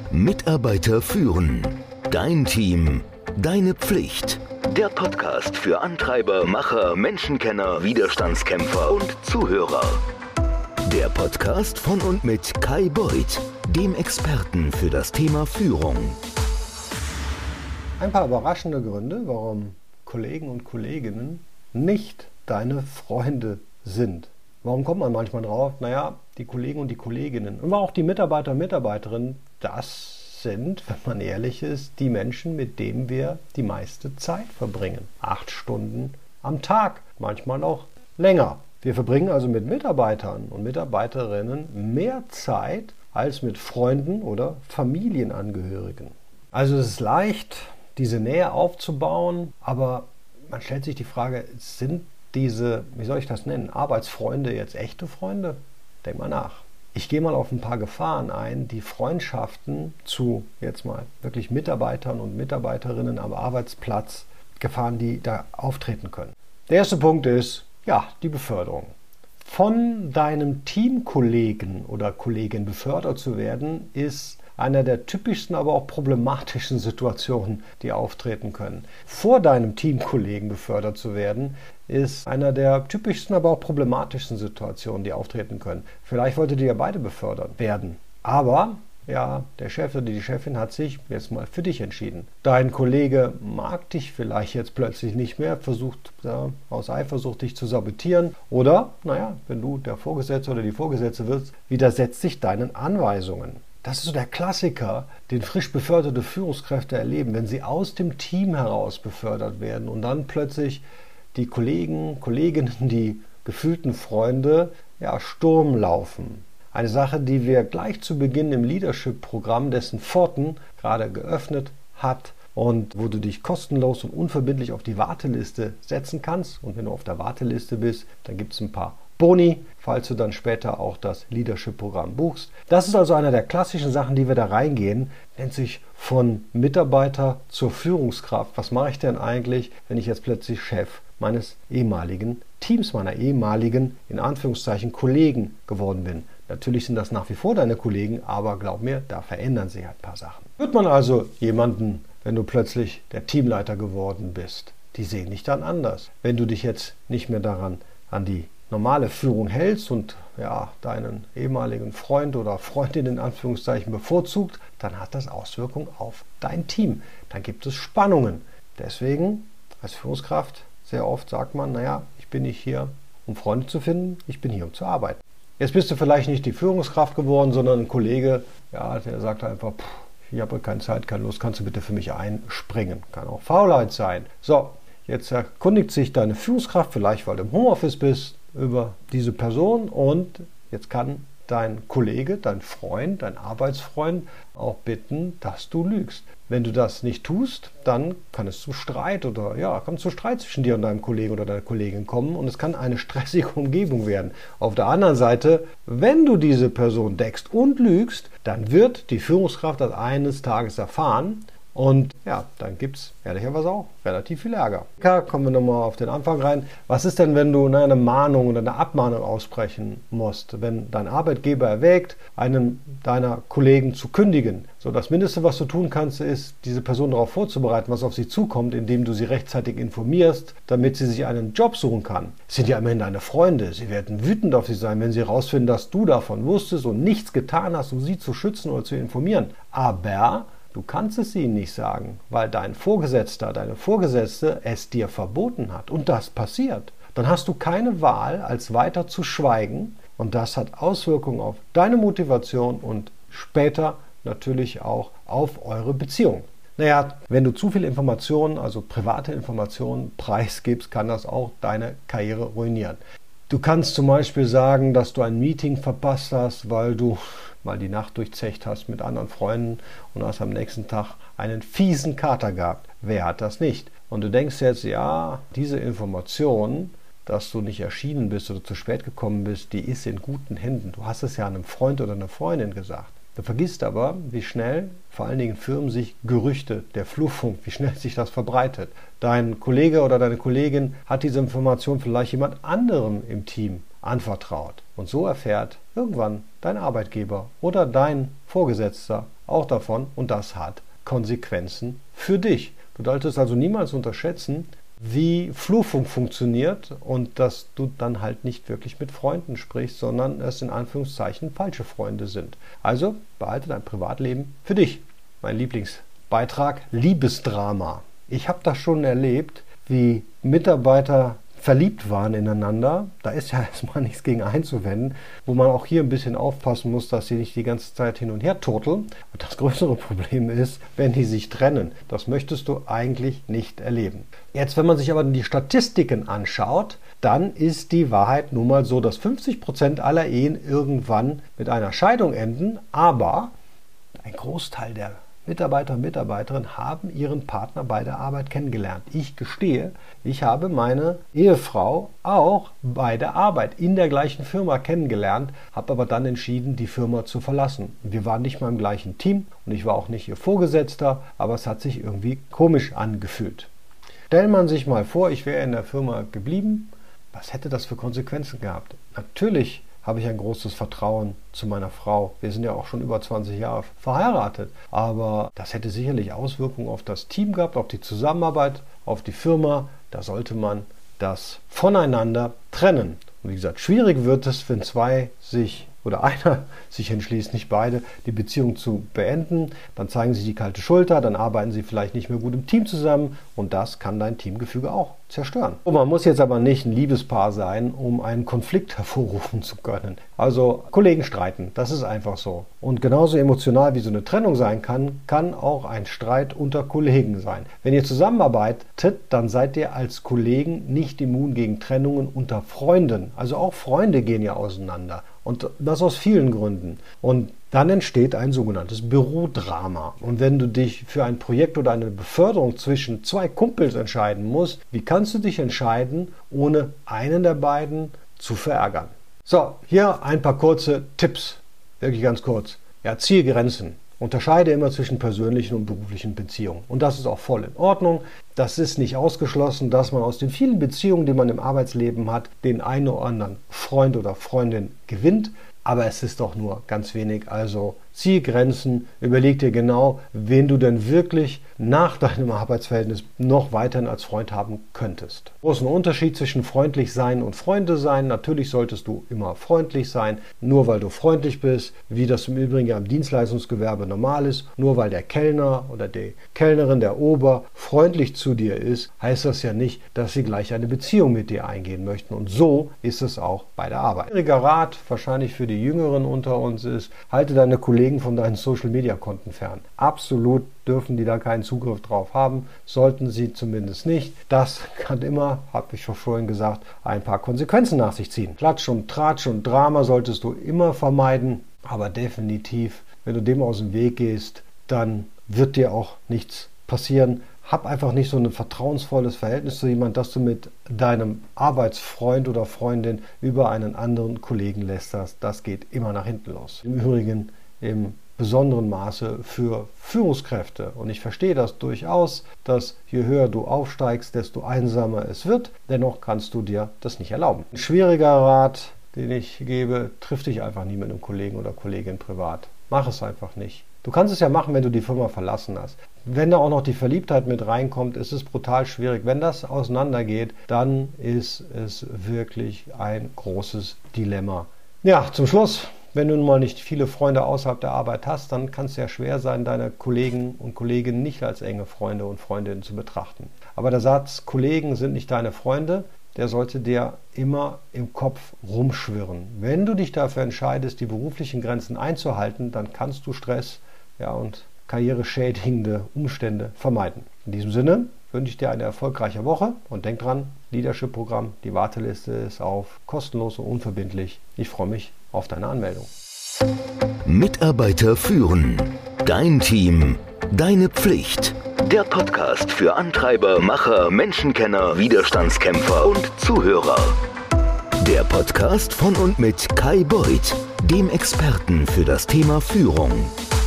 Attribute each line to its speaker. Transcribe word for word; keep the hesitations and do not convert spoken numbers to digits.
Speaker 1: Mitarbeiter führen. Dein Team, deine Pflicht. Der Podcast für Antreiber, Macher, Menschenkenner, Widerstandskämpfer und Zuhörer. Der Podcast von und mit Kai Beuth, dem Experten für das Thema Führung.
Speaker 2: Ein paar überraschende Gründe, warum Kollegen und Kolleginnen nicht deine Freunde sind. Warum kommt man manchmal drauf? Naja, die Kollegen und die Kolleginnen und auch die Mitarbeiter und Mitarbeiterinnen, das sind, wenn man ehrlich ist, die Menschen, mit denen wir die meiste Zeit verbringen. Acht Stunden am Tag, manchmal auch länger. Wir verbringen also mit Mitarbeitern und Mitarbeiterinnen mehr Zeit als mit Freunden oder Familienangehörigen. Also es ist leicht, diese Nähe aufzubauen, aber man stellt sich die Frage, sind diese, wie soll ich das nennen, Arbeitsfreunde jetzt echte Freunde? Denk mal nach. Ich gehe mal auf ein paar Gefahren ein, die Freundschaften zu, jetzt mal, wirklich Mitarbeitern und Mitarbeiterinnen am Arbeitsplatz, Gefahren, die da auftreten können. Der erste Punkt ist, ja, die Beförderung. Von deinem Teamkollegen oder Kollegin befördert zu werden, ist einer der typischsten, aber auch problematischen Situationen, die auftreten können. Vor deinem Teamkollegen befördert zu werden, ist einer der typischsten, aber auch problematischsten Situationen, die auftreten können. Vielleicht wolltet ihr ja beide befördert werden, aber ja, der Chef oder die Chefin hat sich jetzt mal für dich entschieden. Dein Kollege mag dich vielleicht jetzt plötzlich nicht mehr, versucht ja, aus Eifersucht dich zu sabotieren oder, naja, wenn du der Vorgesetzte oder die Vorgesetzte wirst, widersetzt sich deinen Anweisungen. Das ist so der Klassiker, den frisch beförderte Führungskräfte erleben, wenn sie aus dem Team heraus befördert werden und dann plötzlich die Kollegen, Kolleginnen, die gefühlten Freunde, ja, Sturm laufen. Eine Sache, die wir gleich zu Beginn im Leadership-Programm, dessen Pforten gerade geöffnet hat und wo du dich kostenlos und unverbindlich auf die Warteliste setzen kannst. Und wenn du auf der Warteliste bist, dann gibt es ein paar Boni, falls du dann später auch das Leadership-Programm buchst. Das ist also eine der klassischen Sachen, die wir da reingehen, nennt sich von Mitarbeiter zur Führungskraft. Was mache ich denn eigentlich, wenn ich jetzt plötzlich Chef meines ehemaligen Teams, meiner ehemaligen, in Anführungszeichen, Kollegen geworden bin? Natürlich sind das nach wie vor deine Kollegen, aber glaub mir, da verändern sich halt ein paar Sachen. Wird man also jemanden, wenn du plötzlich der Teamleiter geworden bist, die sehen dich dann anders. Wenn du dich jetzt nicht mehr daran, an die normale Führung hältst und ja, deinen ehemaligen Freund oder Freundin in Anführungszeichen bevorzugt, dann hat das Auswirkungen auf dein Team. Dann gibt es Spannungen. Deswegen als Führungskraft sehr oft sagt man, naja, ich bin nicht hier, um Freunde zu finden, ich bin hier, um zu arbeiten. Jetzt bist du vielleicht nicht die Führungskraft geworden, sondern ein Kollege, ja, der sagt einfach, pff, ich habe keine Zeit, keine Lust, kannst du bitte für mich einspringen. Kann auch Faulheit sein. So, jetzt erkundigt sich deine Führungskraft, vielleicht weil du im Homeoffice bist, über diese Person und jetzt kann dein Kollege, dein Freund, dein Arbeitsfreund auch bitten, dass du lügst. Wenn du das nicht tust, dann kann es zu Streit oder ja, kann es zu Streit zwischen dir und deinem Kollegen oder deiner Kollegin kommen und es kann eine stressige Umgebung werden. Auf der anderen Seite, wenn du diese Person deckst und lügst, dann wird die Führungskraft das eines Tages erfahren. Und ja, dann gibt es ehrlicherweise auch relativ viel Ärger. Ja, kommen wir nochmal auf den Anfang rein. Was ist denn, wenn du eine Mahnung oder eine Abmahnung aussprechen musst? Wenn dein Arbeitgeber erwägt, einen deiner Kollegen zu kündigen. So, das Mindeste, was du tun kannst, ist, diese Person darauf vorzubereiten, was auf sie zukommt, indem du sie rechtzeitig informierst, damit sie sich einen Job suchen kann. Es sind ja immerhin deine Freunde. Sie werden wütend auf sie sein, wenn sie herausfinden, dass du davon wusstest und nichts getan hast, um sie zu schützen oder zu informieren. Aber du kannst es ihnen nicht sagen, weil dein Vorgesetzter, deine Vorgesetzte es dir verboten hat. Und das passiert. Dann hast du keine Wahl, als weiter zu schweigen. Und das hat Auswirkungen auf deine Motivation und später natürlich auch auf eure Beziehung. Naja, wenn du zu viele Informationen, also private Informationen, preisgibst, kann das auch deine Karriere ruinieren. Du kannst zum Beispiel sagen, dass du ein Meeting verpasst hast, weil du mal die Nacht durchzecht hast mit anderen Freunden und hast am nächsten Tag einen fiesen Kater gehabt. Wer hat das nicht? Und du denkst jetzt, ja, diese Information, dass du nicht erschienen bist oder zu spät gekommen bist, die ist in guten Händen. Du hast es ja einem Freund oder einer Freundin gesagt. Du vergisst aber, wie schnell, vor allen Dingen Firmen, sich Gerüchte, der Flurfunk, wie schnell sich das verbreitet. Dein Kollege oder deine Kollegin hat diese Information vielleicht jemand anderem im Team anvertraut. Und so erfährt irgendwann dein Arbeitgeber oder dein Vorgesetzter auch davon und das hat Konsequenzen für dich. Du solltest also niemals unterschätzen, wie Flurfunk funktioniert und dass du dann halt nicht wirklich mit Freunden sprichst, sondern es in Anführungszeichen falsche Freunde sind. Also behalte dein Privatleben für dich. Mein Lieblingsbeitrag, Liebesdrama. Ich habe das schon erlebt, wie Mitarbeiter verliebt waren ineinander. Da ist ja erstmal nichts gegen einzuwenden, wo man auch hier ein bisschen aufpassen muss, dass sie nicht die ganze Zeit hin und her turteln. Und das größere Problem ist, wenn die sich trennen. Das möchtest du eigentlich nicht erleben. Jetzt, wenn man sich aber die Statistiken anschaut, dann ist die Wahrheit nun mal so, dass fünfzig Prozent aller Ehen irgendwann mit einer Scheidung enden, aber ein Großteil der Mitarbeiter und Mitarbeiterinnen haben ihren Partner bei der Arbeit kennengelernt. Ich gestehe, ich habe meine Ehefrau auch bei der Arbeit in der gleichen Firma kennengelernt, habe aber dann entschieden, die Firma zu verlassen. Wir waren nicht mal im gleichen Team und ich war auch nicht ihr Vorgesetzter, aber es hat sich irgendwie komisch angefühlt. Stellt man sich mal vor, ich wäre in der Firma geblieben, was hätte das für Konsequenzen gehabt? Natürlich habe ich ein großes Vertrauen zu meiner Frau. Wir sind ja auch schon über zwanzig Jahre verheiratet. Aber das hätte sicherlich Auswirkungen auf das Team gehabt, auf die Zusammenarbeit, auf die Firma. Da sollte man das voneinander trennen. Und wie gesagt, schwierig wird es, wenn zwei sich oder einer sich entschließt, nicht beide, die Beziehung zu beenden. Dann zeigen sie die kalte Schulter, dann arbeiten sie vielleicht nicht mehr gut im Team zusammen und das kann dein Teamgefüge auch zerstören. Und man muss jetzt aber nicht ein Liebespaar sein, um einen Konflikt hervorrufen zu können. Also Kollegen streiten, das ist einfach so. Und genauso emotional wie so eine Trennung sein kann, kann auch ein Streit unter Kollegen sein. Wenn ihr zusammenarbeitet, dann seid ihr als Kollegen nicht immun gegen Trennungen unter Freunden. Also auch Freunde gehen ja auseinander. Und das aus vielen Gründen. Und dann entsteht ein sogenanntes Bürodrama. Und wenn du dich für ein Projekt oder eine Beförderung zwischen zwei Kumpels entscheiden musst, wie kannst du dich entscheiden, ohne einen der beiden zu verärgern? So, hier ein paar kurze Tipps. Wirklich ganz kurz. Ja, ziehe Grenzen. Unterscheide immer zwischen persönlichen und beruflichen Beziehungen. Und das ist auch voll in Ordnung. Das ist nicht ausgeschlossen, dass man aus den vielen Beziehungen, die man im Arbeitsleben hat, den einen oder anderen Freund oder Freundin gewinnt. Aber es ist doch nur ganz wenig. Also ziehe Grenzen, überleg dir genau, wen du denn wirklich nach deinem Arbeitsverhältnis noch weiterhin als Freund haben könntest. Großen Unterschied zwischen freundlich sein und Freunde sein. Natürlich solltest du immer freundlich sein, nur weil du freundlich bist, wie das im Übrigen ja im Dienstleistungsgewerbe normal ist. Nur weil der Kellner oder die Kellnerin, der Ober, freundlich zu dir ist, heißt das ja nicht, dass sie gleich eine Beziehung mit dir eingehen möchten. Und so ist es auch bei der Arbeit. Ein schwieriger Rat, wahrscheinlich für die Jüngeren unter uns ist, halte deine Kollegen von deinen Social-Media-Konten fern. Absolut dürfen die da keinen Zugriff drauf haben, sollten sie zumindest nicht. Das kann immer, habe ich schon vorhin gesagt, ein paar Konsequenzen nach sich ziehen. Klatsch und Tratsch und Drama solltest du immer vermeiden, aber definitiv, wenn du dem aus dem Weg gehst, dann wird dir auch nichts passieren. Hab einfach nicht so ein vertrauensvolles Verhältnis zu jemandem, dass du mit deinem Arbeitsfreund oder Freundin über einen anderen Kollegen lästerst. Das geht immer nach hinten los. Im Übrigen im besonderen Maße für Führungskräfte. Und ich verstehe das durchaus, dass je höher du aufsteigst, desto einsamer es wird. Dennoch kannst du dir das nicht erlauben. Ein schwieriger Rat, den ich gebe, triff dich einfach nie mit einem Kollegen oder Kollegin privat. Mach es einfach nicht. Du kannst es ja machen, wenn du die Firma verlassen hast. Wenn da auch noch die Verliebtheit mit reinkommt, ist es brutal schwierig. Wenn das auseinandergeht, dann ist es wirklich ein großes Dilemma. Ja, zum Schluss, wenn du nun mal nicht viele Freunde außerhalb der Arbeit hast, dann kann es ja schwer sein, deine Kollegen und Kolleginnen nicht als enge Freunde und Freundinnen zu betrachten. Aber der Satz, Kollegen sind nicht deine Freunde, der sollte dir immer im Kopf rumschwirren. Wenn du dich dafür entscheidest, die beruflichen Grenzen einzuhalten, dann kannst du Stress, ja, und karriereschädigende Umstände vermeiden. In diesem Sinne wünsche ich dir eine erfolgreiche Woche und denk dran, Leadership-Programm, die Warteliste ist auf kostenlos und unverbindlich. Ich freue mich auf deine Anmeldung.
Speaker 1: Mitarbeiter führen. Dein Team. Deine Pflicht. Der Podcast für Antreiber, Macher, Menschenkenner, Widerstandskämpfer und Zuhörer. Der Podcast von und mit Kai Beuth, dem Experten für das Thema Führung.